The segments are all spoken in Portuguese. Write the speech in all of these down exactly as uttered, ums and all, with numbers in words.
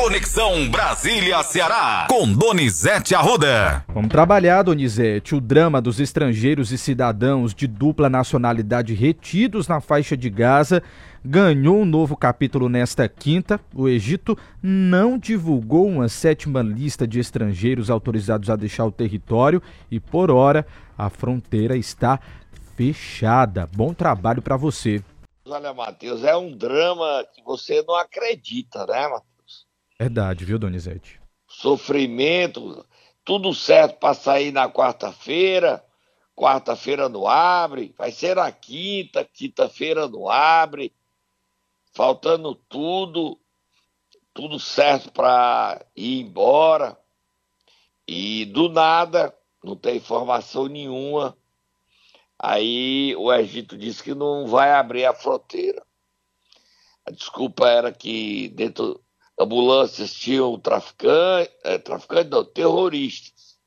Conexão Brasília-Ceará, com Donizete Arruda. Vamos trabalhar, Donizete. O drama dos estrangeiros e cidadãos de dupla nacionalidade retidos na faixa de Gaza ganhou um novo capítulo nesta quinta. O Egito não divulgou uma sétima lista de estrangeiros autorizados a deixar o território e, por hora, a fronteira está fechada. Bom trabalho para você. Olha, Matheus, é um drama que você não acredita, né, Matheus? Verdade, viu, Donizete? Sofrimento, tudo certo para sair na quarta-feira, quarta-feira não abre, vai ser na quinta, quinta-feira não abre, faltando tudo, tudo certo para ir embora, e do nada, não tem informação nenhuma, aí o Egito disse que não vai abrir a fronteira. A desculpa era que dentro ambulâncias tinham traficantes, é, traficantes não, terroristas.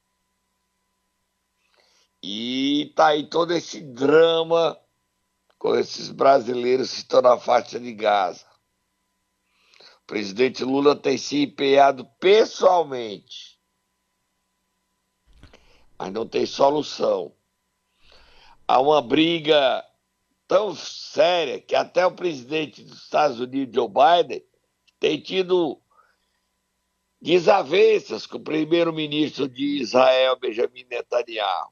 E tá aí todo esse drama com esses brasileiros que estão na faixa de Gaza. O presidente Lula tem se empenhado pessoalmente, mas não tem solução. Há uma briga tão séria que até o presidente dos Estados Unidos, Joe Biden, tem tido desavenças com o primeiro-ministro de Israel, Benjamin Netanyahu.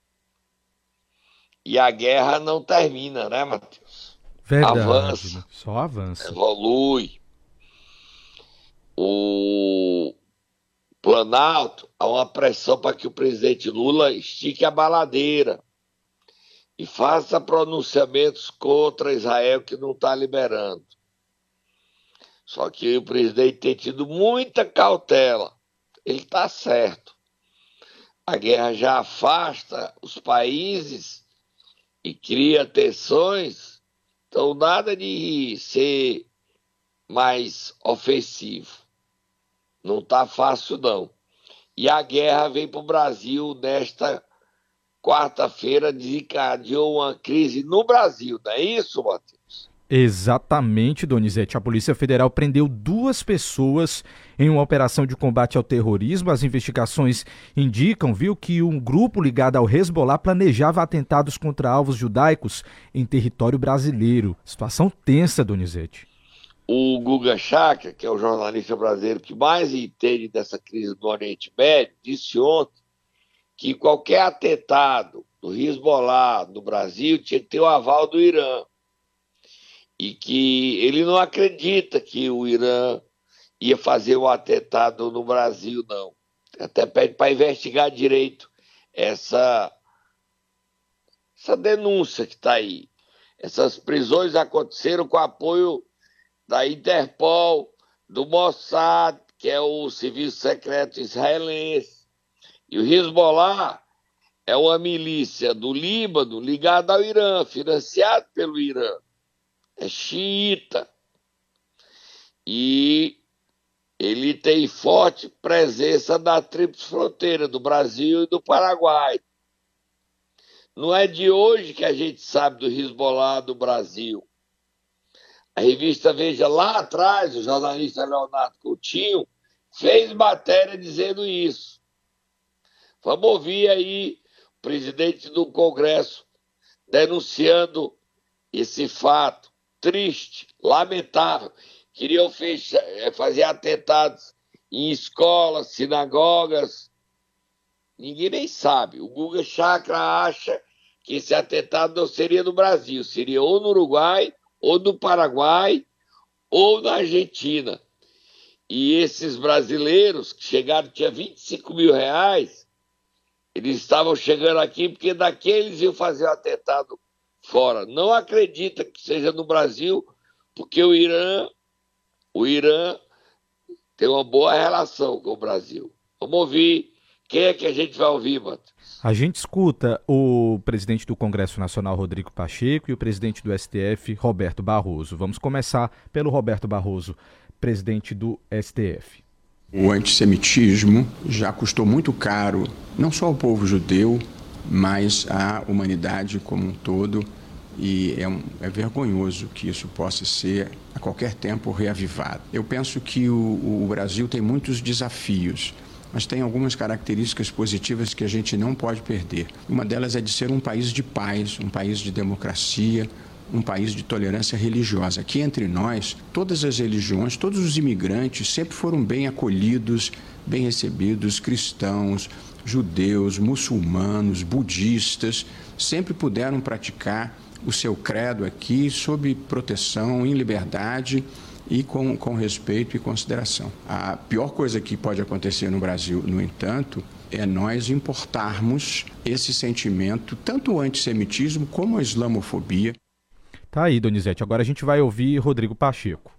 E a guerra não termina, né, Matheus? Verdade. Avança. Só avança. Evolui. O Planalto, há uma pressão para que o presidente Lula estique a baladeira e faça pronunciamentos contra Israel que não está liberando. Só que o presidente tem tido muita cautela. Ele está certo. A guerra já afasta os países e cria tensões. Então, nada de ser mais ofensivo. Não está fácil, não. E a guerra vem para o Brasil nesta quarta-feira, desencadeou uma crise no Brasil. Não é isso, Matheus? Exatamente, Donizete. A Polícia Federal prendeu duas pessoas em uma operação de combate ao terrorismo. As investigações indicam, viu, que um grupo ligado ao Hezbollah planejava atentados contra alvos judaicos em território brasileiro. Situação tensa, Donizete. O Guga Chakra, que é o jornalista brasileiro que mais entende dessa crise do Oriente Médio, disse ontem que qualquer atentado do Hezbollah no Brasil tinha que ter o aval do Irã. E que ele não acredita que o Irã ia fazer um atentado no Brasil, não. Até pede para investigar direito essa, essa denúncia que está aí. Essas prisões aconteceram com apoio da Interpol, do Mossad, que é o serviço secreto israelense. E o Hezbollah é uma milícia do Líbano ligada ao Irã, financiado pelo Irã. É xiita, e ele tem forte presença na tríplice fronteira do Brasil e do Paraguai. Não é de hoje que a gente sabe do Hezbollah do Brasil. A revista Veja, lá atrás, o jornalista Leonardo Coutinho fez matéria dizendo isso. Vamos ouvir aí o presidente do Congresso denunciando esse fato. Triste, lamentável. Queriam fechar, fazer atentados em escolas, sinagogas. Ninguém nem sabe. O Guga Chakra acha que esse atentado não seria no Brasil, seria ou no Uruguai, ou no Paraguai, ou na Argentina. E esses brasileiros que chegaram, tinha vinte e cinco mil reais, eles estavam chegando aqui porque daqui eles iam fazer o atentado fora. Não acredita que seja no Brasil, porque o Irã, o Irã tem uma boa relação com o Brasil. Vamos ouvir. Quem é que a gente vai ouvir, Matheus? A gente escuta o presidente do Congresso Nacional, Rodrigo Pacheco, e o presidente do S T F, Roberto Barroso. Vamos começar pelo Roberto Barroso, presidente do S T F. O antissemitismo já custou muito caro, não só ao povo judeu, mas à humanidade como um todo, e é, um, é vergonhoso que isso possa ser a qualquer tempo reavivado. Eu penso que o, o Brasil tem muitos desafios, mas tem algumas características positivas que a gente não pode perder. Uma delas é de ser um país de paz, um país de democracia, um país de tolerância religiosa. Aqui entre nós, todas as religiões, todos os imigrantes sempre foram bem acolhidos, bem recebidos, cristãos, judeus, muçulmanos, budistas, sempre puderam praticar o seu credo aqui sob proteção, em liberdade e com, com respeito e consideração. A pior coisa que pode acontecer no Brasil, no entanto, é nós importarmos esse sentimento, tanto o antissemitismo como a islamofobia. Tá aí, Donizete. Agora a gente vai ouvir Rodrigo Pacheco.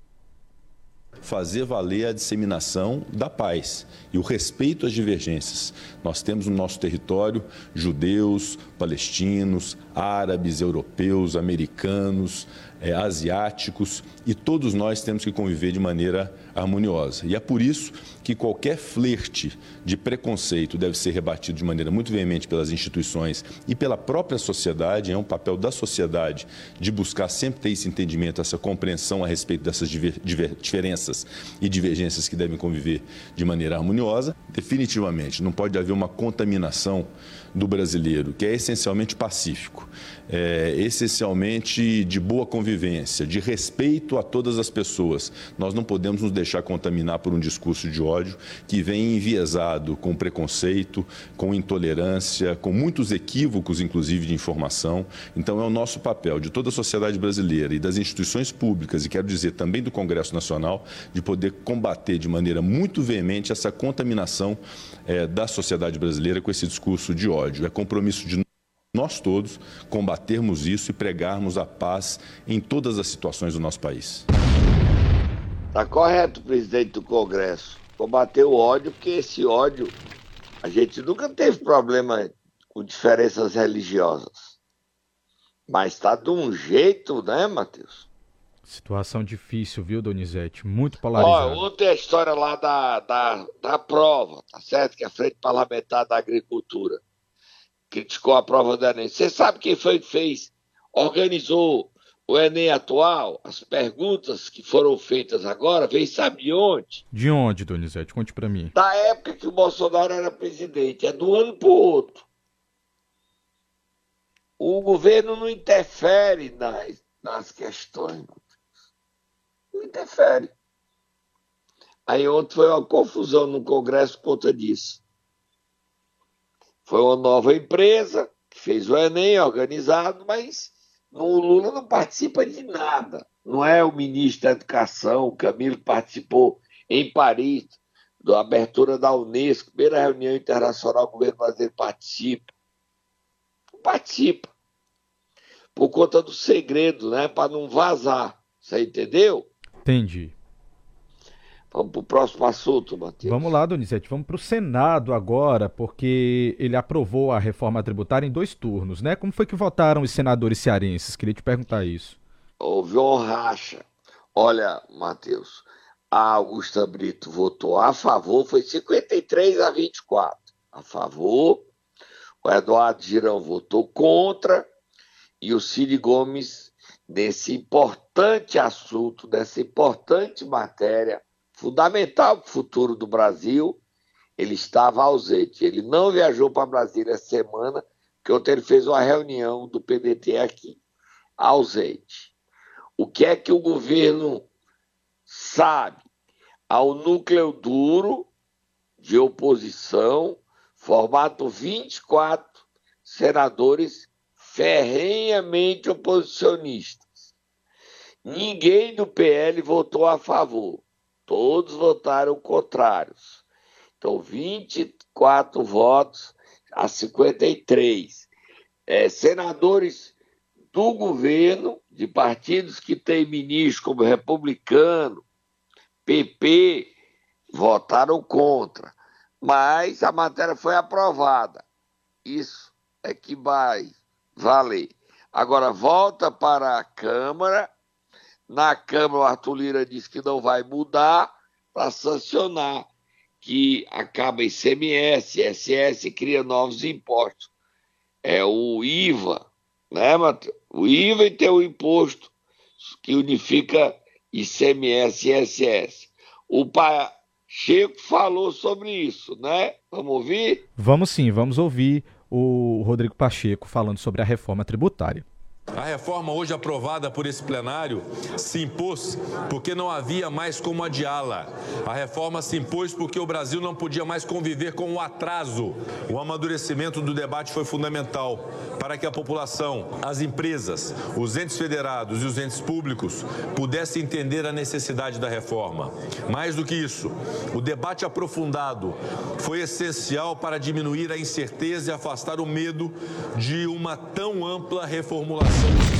Fazer valer a disseminação da paz e o respeito às divergências. Nós temos no nosso território judeus, palestinos, árabes, europeus, americanos, é, asiáticos, e todos nós temos que conviver de maneira harmoniosa. E é por isso que qualquer flerte de preconceito deve ser rebatido de maneira muito veemente pelas instituições e pela própria sociedade. É um papel da sociedade de buscar sempre ter esse entendimento, essa compreensão a respeito dessas diver, diver, diferenças e divergências que devem conviver de maneira harmoniosa. Definitivamente, não pode haver uma contaminação do brasileiro, que é essencialmente pacífico, é essencialmente de boa convivência, de respeito a todas as pessoas. Nós não podemos nos deixar contaminar por um discurso de ódio que vem enviesado com preconceito, com intolerância, com muitos equívocos, inclusive, de informação. Então, é o nosso papel, de toda a sociedade brasileira e das instituições públicas, e quero dizer também do Congresso Nacional, de poder combater de maneira muito veemente essa contaminação é, da sociedade brasileira com esse discurso de ódio. É compromisso de nós todos combatermos isso e pregarmos a paz em todas as situações do nosso país. Está correto, presidente do Congresso, combater o ódio, porque esse ódio, a gente nunca teve problema com diferenças religiosas. Mas está de um jeito, né, Matheus? Situação difícil, viu, Donizete? Muito polarizada. Ó, ontem a história lá da, da, da prova, tá certo? Que é a Frente Parlamentar da Agricultura criticou a prova do Enem. Você sabe quem foi que fez, organizou o Enem atual? As perguntas que foram feitas agora, veio sabe de onde? De onde, Donizete? Conte pra mim. Da época que o Bolsonaro era presidente. É do ano pro outro. O governo não interfere nas, nas questões. Não interfere. Aí ontem foi uma confusão no Congresso por conta disso. Foi uma nova empresa que fez o Enem organizado, mas o Lula não participa de nada. Não é o ministro da Educação, o Camilo, que participou em Paris da abertura da Unesco, primeira reunião internacional, o governo brasileiro participa. Não participa. Por conta do segredo, né? Para não vazar. Você entendeu? Entendi. Vamos para o próximo assunto, Matheus. Vamos lá, Donizete. Vamos para o Senado agora, porque ele aprovou a reforma tributária em dois turnos, né? Como foi que votaram os senadores cearenses? Queria te perguntar isso. Houve um racha. Olha, Matheus, a Augusta Brito votou a favor, foi cinquenta e três a vinte e quatro. A favor. O Eduardo Girão votou contra. E o Ciro Gomes, nesse importante assunto, nessa importante matéria, fundamental para o futuro do Brasil, ele estava ausente. Ele não viajou para Brasília essa semana, porque ontem ele fez uma reunião do P D T aqui, ausente. O que é que o governo sabe? Há um núcleo duro de oposição, formado por vinte e quatro senadores ferrenhamente oposicionistas. Ninguém do P L votou a favor. Todos votaram contrários. Então, vinte e quatro votos a cinquenta e três. É, senadores do governo, de partidos que têm ministros como Republicano, P P, votaram contra. Mas a matéria foi aprovada. Isso é que vai valer. Agora, volta para a Câmara. Na Câmara, o Arthur Lira disse que não vai mudar para sancionar, que acaba I C M S, I S S e cria novos impostos. É o I V A, né, Matheus? O I V A e tem o imposto que unifica I C M S e I S S. O Pacheco falou sobre isso, né? Vamos ouvir? Vamos sim, vamos ouvir o Rodrigo Pacheco falando sobre a reforma tributária. A reforma hoje aprovada por esse plenário se impôs porque não havia mais como adiá-la. A reforma se impôs porque o Brasil não podia mais conviver com o atraso. O amadurecimento do debate foi fundamental para que a população, as empresas, os entes federados e os entes públicos pudessem entender a necessidade da reforma. Mais do que isso, o debate aprofundado foi essencial para diminuir a incerteza e afastar o medo de uma tão ampla reformulação.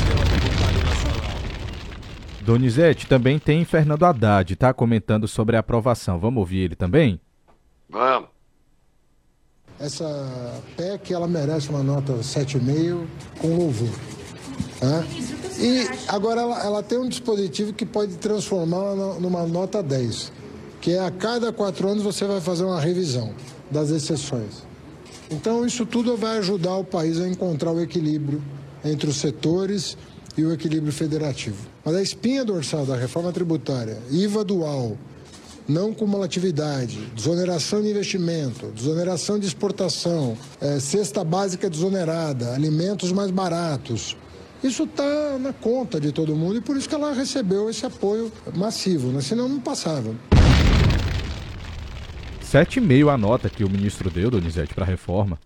Donizete, também tem Fernando Haddad, tá? Comentando sobre a aprovação. Vamos ouvir ele também? Vamos. Essa P E C, ela merece uma nota sete vírgula cinco com louvor. Tá? E agora ela, ela tem um dispositivo que pode transformar numa nota dez, que é a cada quatro anos você vai fazer uma revisão das exceções. Então isso tudo vai ajudar o país a encontrar o equilíbrio entre os setores e o equilíbrio federativo. Mas a espinha dorsal da reforma tributária, I V A dual, não cumulatividade, desoneração de investimento, desoneração de exportação, é, cesta básica desonerada, alimentos mais baratos, isso está na conta de todo mundo e por isso que ela recebeu esse apoio massivo, né? Senão não passava. sete vírgula cinco a nota que o ministro deu, Donizete, para a reforma.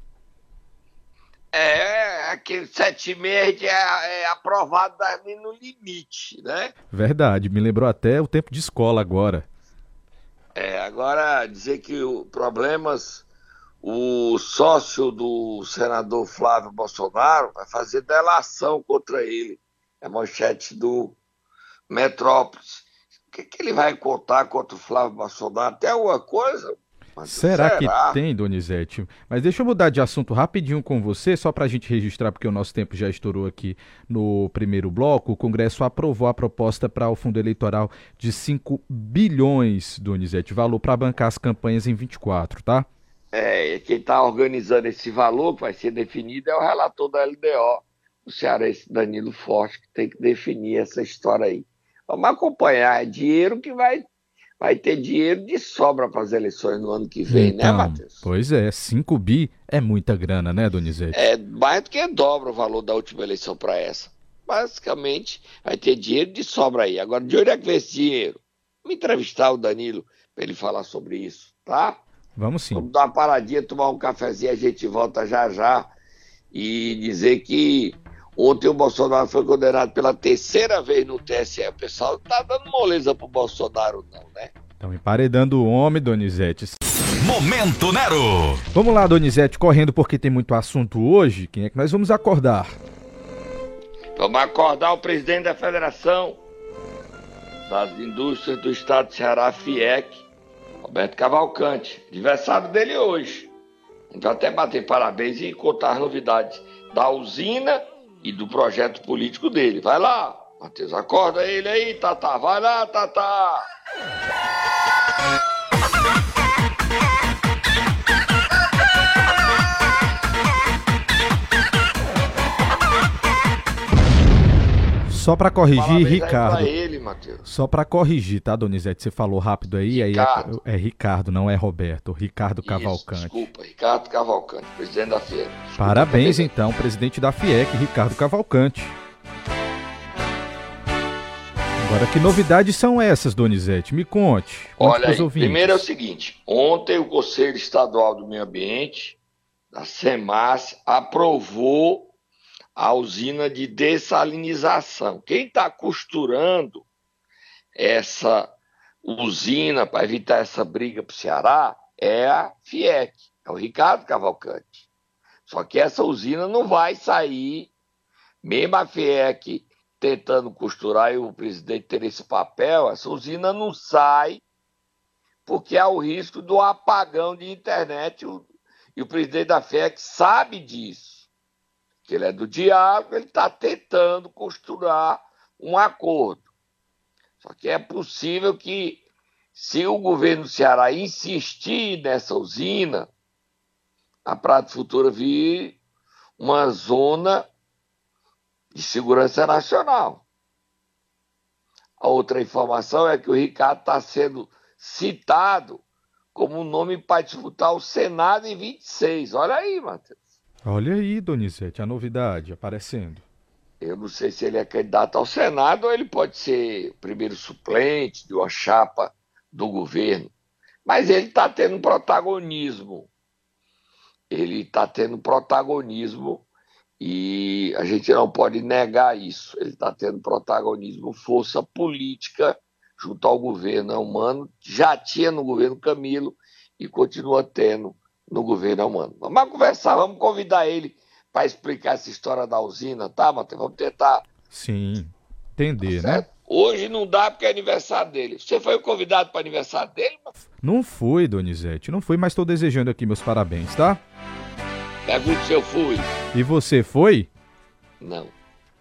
É, aquele sete vírgula cinco é, é aprovado ali no limite, né? Verdade, me lembrou até o tempo de escola agora. É, agora dizer que o problemas, o sócio do senador Flávio Bolsonaro vai fazer delação contra ele. É a manchete do Metrópolis. O que, que ele vai contar contra o Flávio Bolsonaro? Tem alguma coisa? Será, Será que tem, Donizete? Mas deixa eu mudar de assunto rapidinho com você, só para a gente registrar, porque o nosso tempo já estourou aqui no primeiro bloco. O Congresso aprovou a proposta para o fundo eleitoral de cinco bilhões, Donizete, valor para bancar as campanhas em vinte e quatro, tá? É, quem está organizando esse valor que vai ser definido é o relator da L D O, o cearense Danilo Forte, que tem que definir essa história aí. Vamos acompanhar, é dinheiro que vai... Vai ter dinheiro de sobra para as eleições no ano que vem, então, né, Matheus? Pois é, cinco bi é muita grana, né, Donizete? É mais do que dobra o valor da última eleição para essa. Basicamente, vai ter dinheiro de sobra aí. Agora, de onde é que vem esse dinheiro? Vamos entrevistar o Danilo para ele falar sobre isso, tá? Vamos sim. Vamos dar uma paradinha, tomar um cafezinho, a gente volta já já e dizer que ontem o Bolsonaro foi condenado pela terceira vez no T S E. O pessoal não tá dando moleza pro Bolsonaro, não, né? Estão emparedando o homem, Donizete. Momento Nero! Vamos lá, Donizete, correndo porque tem muito assunto hoje. Quem é que nós vamos acordar? Vamos acordar o presidente da Federação das Indústrias do Estado de Ceará, FIEC, Roberto Cavalcante. Aniversário dele hoje. Então até bater parabéns e contar as novidades da usina e do projeto político dele. Vai lá, Matheus, acorda ele aí, Tatá. Vai lá, Tatá. Só para corrigir, Parabéns Ricardo. aí pra ele, Matheus. Só para corrigir, tá, Donizete? Você falou rápido aí, Ricardo. aí é, é Ricardo, não é Roberto. Ricardo Cavalcante. Isso, desculpa, Ricardo Cavalcante, presidente da FIEC. Desculpa, Parabéns, também. então, presidente da FIEC, Ricardo Cavalcante. Agora, que novidades são essas, Donizete? Me conte. Conte Olha aí, ouvintes. primeiro é o seguinte, ontem o Conselho Estadual do Meio Ambiente, da SEMAS, aprovou a usina de dessalinização. Quem está costurando essa usina para evitar essa briga para o Ceará é a FIEC, é o Ricardo Cavalcante. Só que essa usina não vai sair, mesmo a FIEC tentando costurar e o presidente ter esse papel, essa usina não sai porque há o risco do apagão de internet e o presidente da FIEC sabe disso. Que ele é do diálogo, ele está tentando costurar um acordo. Só que é possível que, se o governo do Ceará insistir nessa usina, a Prato Futura vire uma zona de segurança nacional. A outra informação é que o Ricardo está sendo citado como um nome para disputar o Senado em vinte e seis. Olha aí, Matheus. Olha aí, Donizete, a novidade aparecendo. Eu não sei se ele é candidato ao Senado ou ele pode ser primeiro suplente de uma chapa do governo. Mas ele está tendo protagonismo. Ele está tendo protagonismo e a gente não pode negar isso. Ele está tendo protagonismo, força política junto ao governo Elmano. Já tinha no governo Camilo e continua tendo no governo Elmano. Vamos conversar, vamos convidar ele para explicar essa história da usina, tá, Matheus? Vamos tentar. Sim, entender, Tá né? certo? Hoje não dá porque é aniversário dele. Você foi o convidado para o aniversário dele, Matheus? Não fui, Donizete, não fui, mas estou desejando aqui meus parabéns, tá? Pergunte se eu fui. E você foi? Não.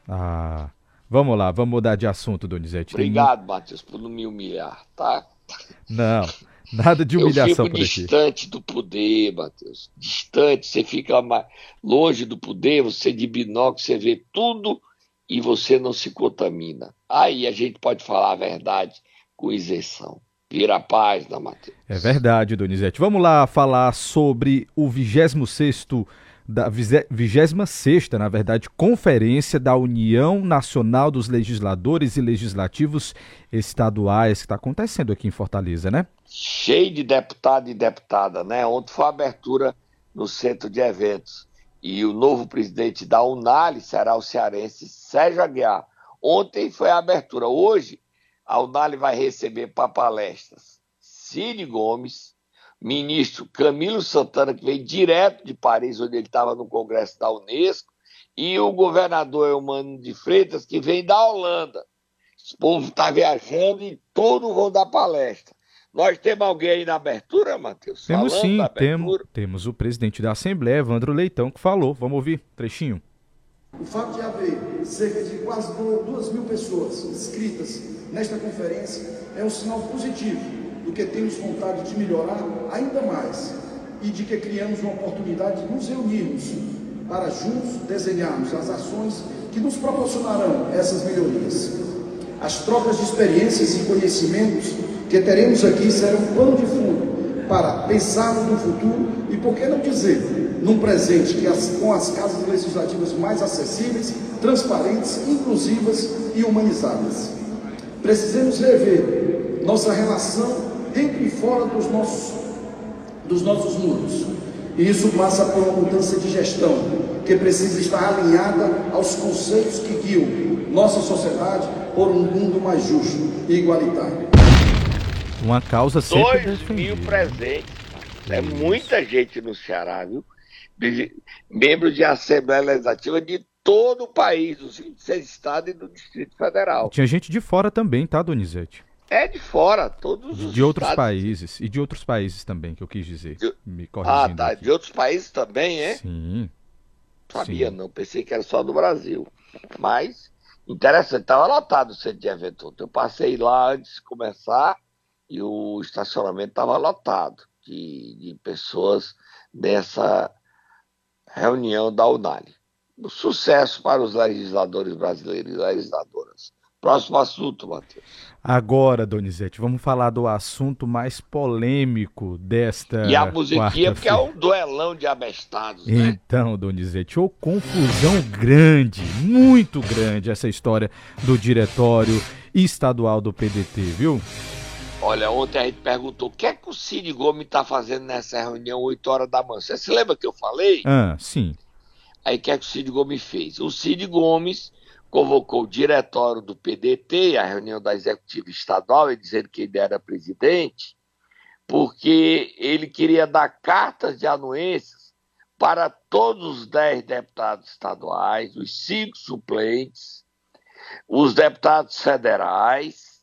Ah, vamos lá, vamos mudar de assunto, Donizete. Tem Obrigado, Matheus, por não me humilhar, tá? mu- Não, nada de humilhação Eu fico por aqui. distante do poder, Matheus. Distante, você fica mais longe do poder, você de binóculo, você vê tudo e você não se contamina. Aí a gente pode falar a verdade com isenção. Vira a página, Matheus. É verdade, Donizete. Vamos lá falar sobre o vigésimo sexto da vigésima sexta, na verdade, Conferência da União Nacional dos Legisladores e Legislativos Estaduais, que está acontecendo aqui em Fortaleza, né? Cheio de deputado e deputada, né? Ontem foi a abertura no centro de eventos. E o novo presidente da Unali será o cearense Sérgio Aguiar. Ontem foi a abertura. Hoje, a Unali vai receber para palestras Cid Gomes, ministro Camilo Santana, que veio direto de Paris, onde ele estava no congresso da Unesco, e o governador Eumano de Freitas, que vem da Holanda. Esse povo está viajando e todos vão dar palestra. Nós temos alguém aí na abertura, Matheus? Temos Falando sim, da temos, abertura? temos o presidente da Assembleia, Evandro Leitão, que falou. Vamos ouvir trechinho. O fato de haver cerca de quase duas mil pessoas inscritas nesta conferência é um sinal positivo do que temos vontade de melhorar ainda mais e de que criamos uma oportunidade de nos reunirmos para juntos desenharmos as ações que nos proporcionarão essas melhorias. As trocas de experiências e conhecimentos que teremos aqui serão um pano de fundo para pensarmos no futuro e, por que não dizer, num presente que as, com as casas legislativas mais acessíveis, transparentes, inclusivas e humanizadas. Precisamos rever nossa relação dentro e fora dos nossos, dos nossos muros. E isso passa por uma mudança de gestão, que precisa estar alinhada aos conceitos que guiam nossa sociedade por um mundo mais justo e igualitário. Uma causa sempre Dois defendida. mil presentes. É muita gente no Ceará, viu? De- Membros de Assembleia Legislativa de todo o país, dos vinte e seis estados e do Distrito Federal. Tinha gente de fora também, tá, Donizete? É de fora, todos os De outros estados. países. E de outros países também, que eu quis dizer. De- Me Ah, corrigindo tá. aqui. De outros países também, é? Sim. Sabia, sim. não. Pensei que era só do Brasil. Mas, interessante, estava lotado o centro de evento. Eu passei lá antes de começar e o estacionamento estava lotado de, de pessoas nessa reunião da Unali. Um sucesso para os legisladores brasileiros e legisladoras. Próximo assunto, Matheus. Agora, Donizete, vamos falar do assunto mais polêmico desta E a musiquinha, porque é quarta-feira. um duelão de abestados, né? Então, Donizete, ô confusão grande, muito grande essa história do Diretório Estadual do P D T, viu? Olha, ontem a gente perguntou o que é que o Cid Gomes está fazendo nessa reunião oito horas da manhã. Você se lembra que eu falei? Ah, sim. Aí o que é que o Cid Gomes fez? O Cid Gomes convocou o diretório do P D T, a reunião da executiva estadual, ele dizendo que ele era presidente, porque ele queria dar cartas de anuências para todos os dez deputados estaduais, os cinco suplentes, os deputados federais.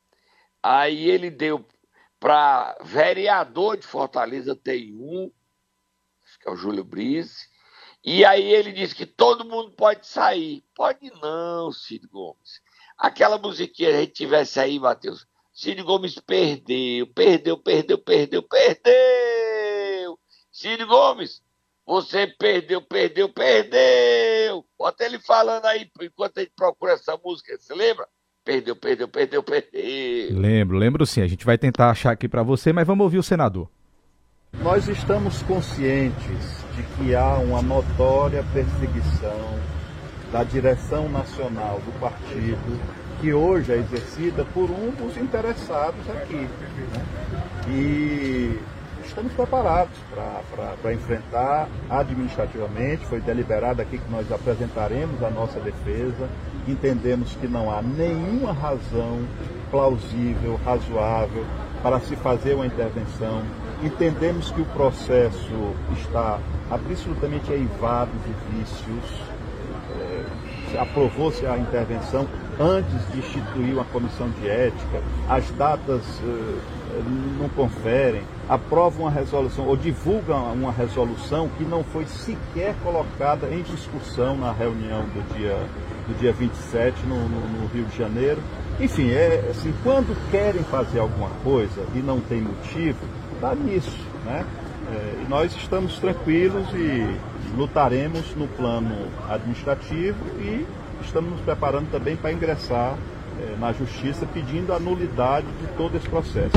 Aí ele deu para vereador de Fortaleza, tem um, acho que é o Júlio Brise. E aí ele disse que todo mundo pode sair. Pode não, Cid Gomes. Aquela musiquinha que a gente tivesse aí, Matheus. Cid Gomes perdeu, perdeu, perdeu, perdeu, perdeu. Cid Gomes, Você perdeu, perdeu, perdeu. Bota ele falando aí, enquanto a gente procura essa música, você lembra? Perdeu, perdeu, perdeu, perdeu. Lembro, lembro sim. A gente vai tentar achar aqui para você, mas vamos ouvir o senador. Nós estamos conscientes de que há uma notória perseguição da direção nacional do partido, que hoje é exercida por um dos interessados aqui, né? E estamos preparados para enfrentar administrativamente. Foi deliberado aqui que nós apresentaremos a nossa defesa. Entendemos que não há nenhuma razão plausível, razoável, para se fazer uma intervenção. Entendemos que o processo está absolutamente eivado de vícios. É, aprovou-se a intervenção antes de instituir uma comissão de ética, as datas uh, não conferem, aprovam uma resolução ou divulgam uma resolução que não foi sequer colocada em discussão na reunião do dia, do dia vinte e sete no, no, no Rio de Janeiro. Enfim, é, assim, quando querem fazer alguma coisa e não tem motivo, dá nisso, né? É, e nós estamos tranquilos e lutaremos no plano administrativo e estamos nos preparando também para ingressar eh, na Justiça pedindo a nulidade de todo esse processo.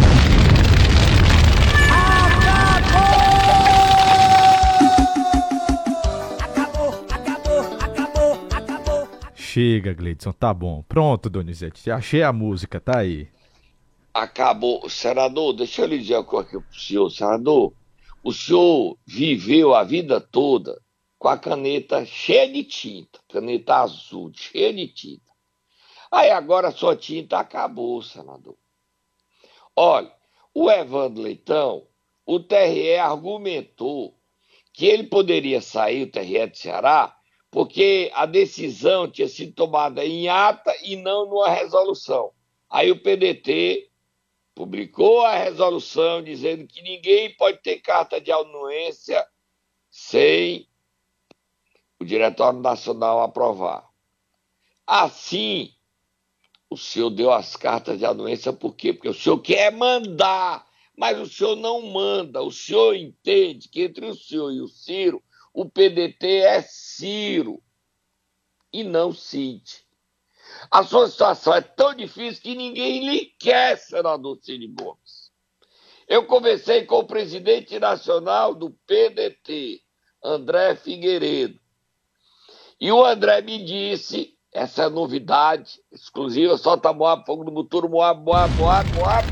Acabou! Acabou, acabou, acabou. Chega, Gleidson, tá bom. Pronto, Donizete, achei a música, tá aí. Acabou. Senador, deixa eu lhe dizer uma coisa aqui pro senhor, senador. O senhor viveu a vida toda com a caneta cheia de tinta, caneta azul, cheia de tinta. Aí agora a sua tinta acabou, senador. Olha, o Evandro Leitão, o T R E argumentou que ele poderia sair, o T R E do Ceará, porque a decisão tinha sido tomada em ata e não numa resolução. Aí o P D T publicou a resolução dizendo que ninguém pode ter carta de anuência sem o Diretório Nacional aprovar. Assim, o senhor deu as cartas de anuência por quê? Porque o senhor quer mandar, mas o senhor não manda. O senhor entende que entre o senhor e o Ciro, o P D T é Ciro e não Cid. A sua situação é tão difícil que ninguém lhe quer, senador Cid Gomes. Eu conversei com o presidente nacional do P D T, André Figueiredo. E o André me disse, essa é novidade exclusiva, solta Moab, fogo no Muturo, Moab, Moab, Moab, Moab.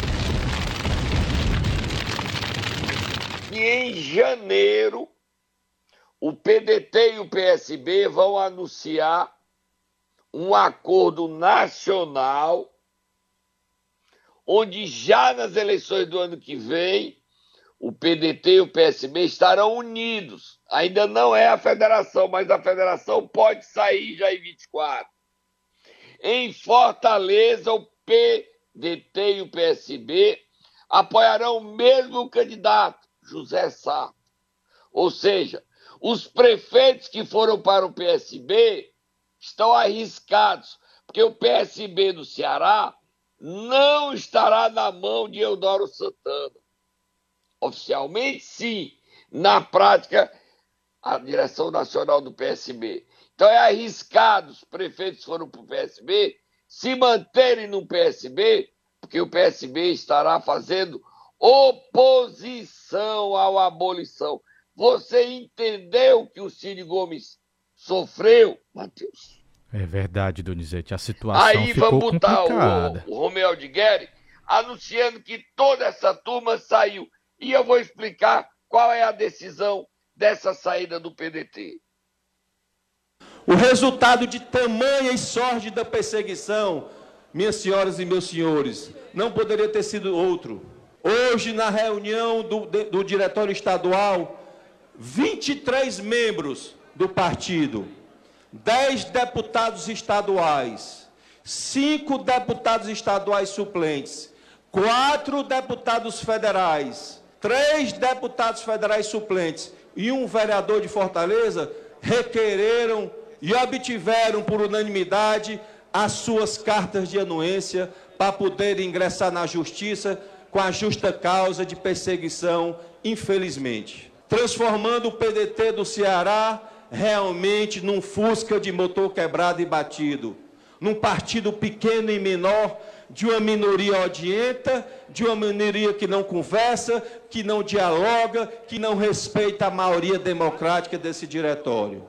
E em janeiro, o P D T e o P S B vão anunciar um acordo nacional, onde já nas eleições do ano que vem, o P D T e o P S B estarão unidos. Ainda não é a federação, mas a federação pode sair já em vinte e quatro. Em Fortaleza, o P D T e o P S B apoiarão o mesmo candidato, José Sarto. Ou seja, os prefeitos que foram para o P S B estão arriscados, porque o P S B do Ceará não estará na mão de Eudoro Santana. Oficialmente, sim. Na prática, a direção nacional do P S B. Então é arriscado os prefeitos que foram para o P S B se manterem no P S B, porque o P S B estará fazendo oposição à abolição. Você entendeu que o Cid Gomes sofreu, Matheus? É verdade, Donizete, a situação Aí ficou vamos botar complicada. o, o Romeu de Guerre anunciando que toda essa turma saiu. E eu vou explicar qual é a decisão dessa saída do P D T. O resultado de tamanha e sórdida perseguição, minhas senhoras e meus senhores, não poderia ter sido outro. Hoje, na reunião do, do Diretório Estadual, vinte e três membros do partido, dez deputados estaduais, cinco deputados estaduais suplentes, quatro deputados federais, três deputados federais suplentes e um vereador de Fortaleza requereram e obtiveram por unanimidade as suas cartas de anuência para poderem ingressar na justiça com a justa causa de perseguição, infelizmente. transformando o P D T do Ceará realmente num fusca de motor quebrado e batido, num partido pequeno e menor, de uma minoria odienta, de uma minoria que não conversa, que não dialoga, que não respeita a maioria democrática desse diretório.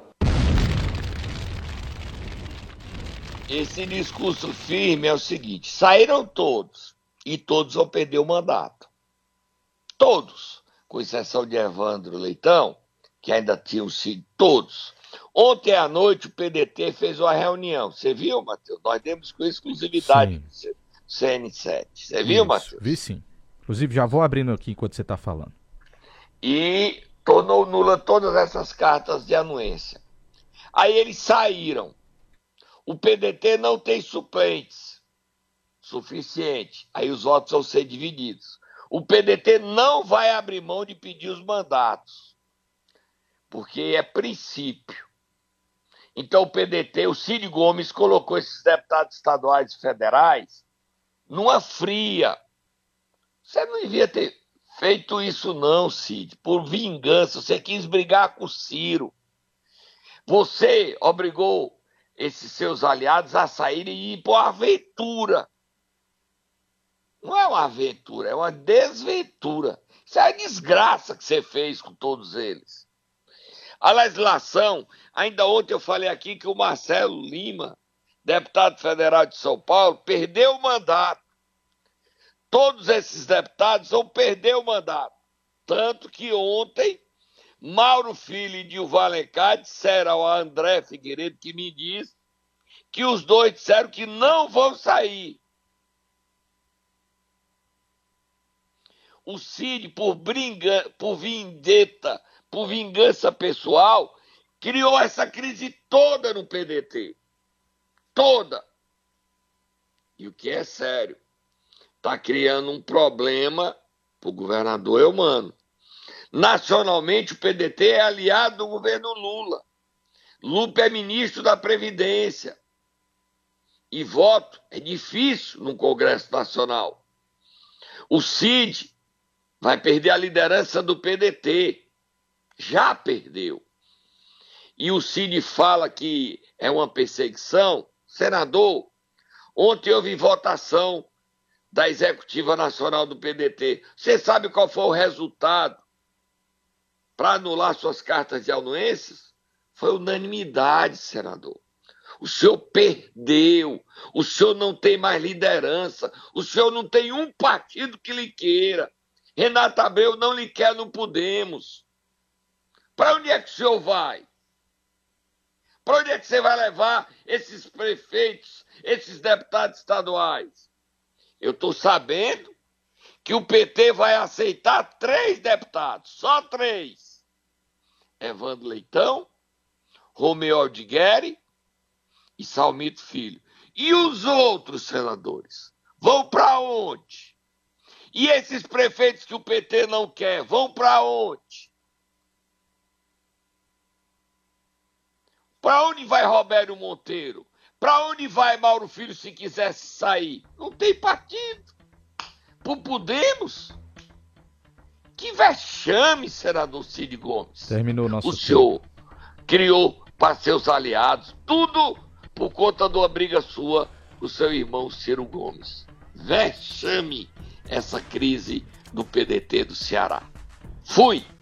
Esse discurso firme é o seguinte: saíram todos, e todos vão perder o mandato. Todos, com exceção de Evandro Leitão, que ainda tinham sido todos. Ontem à noite o P D T fez uma reunião. Você viu, Matheus? Nós demos com exclusividade do C N sete. Você viu, Matheus? Vi sim. Inclusive, já vou abrindo aqui enquanto você está falando. E tornou nula todas essas cartas de anuência. Aí eles saíram. O P D T não tem suplentes suficiente. Aí os votos vão ser divididos. O P D T não vai abrir mão de pedir os mandatos, porque é princípio. Então o P D T, o Cid Gomes, colocou esses deputados estaduais e federais numa fria. Você não devia ter feito isso não, Cid, por vingança. Você quis brigar com o Ciro. Você obrigou esses seus aliados a saírem e ir por aventura. Não é uma aventura, é uma desventura. Isso é a desgraça que você fez com todos eles. A legislação, ainda ontem eu falei aqui que o Marcelo Lima, deputado federal de São Paulo, perdeu o mandato. Todos esses deputados vão perder o mandato. Tanto que ontem, Mauro Filho e Dilvan Alencar disseram ao André Figueiredo, que me disse, que os dois disseram que não vão sair. O Cid, por, bringa, por vindeta, por vingança pessoal, criou essa crise toda no P D T. Toda. E o que é sério, está criando um problema para o governador Eumano. Nacionalmente, o P D T é aliado do governo Lula. Lupe é ministro da Previdência. E voto é difícil no Congresso Nacional. O Cid vai perder a liderança do P D T. Já perdeu. E o Cid fala que é uma perseguição. Senador, ontem houve votação da Executiva Nacional do P D T. Você sabe qual foi o resultado para anular suas cartas de anuências? Foi unanimidade, senador. O senhor perdeu. O senhor não tem mais liderança. O senhor não tem um partido que lhe queira. Renato Abreu não lhe quer no Podemos. Para onde é que o senhor vai? Para onde é que você vai levar esses prefeitos, esses deputados estaduais? Eu estou sabendo que o P T vai aceitar três deputados, só três. Evandro Leitão, Romeu Aldigueri e Salmito Filho. E os outros senadores? Vão para onde? E esses prefeitos que o P T não quer, vão para onde? Para onde vai Roberto Monteiro? Para onde vai Mauro Filho se quisesse sair? Não tem partido. Por Podemos? Que vexame, senador Cid Gomes. Terminou o nosso O senhor criou para seus aliados, tudo por conta de uma briga sua com o seu irmão Ciro Gomes. Vexame essa crise do P D T do Ceará. Fui!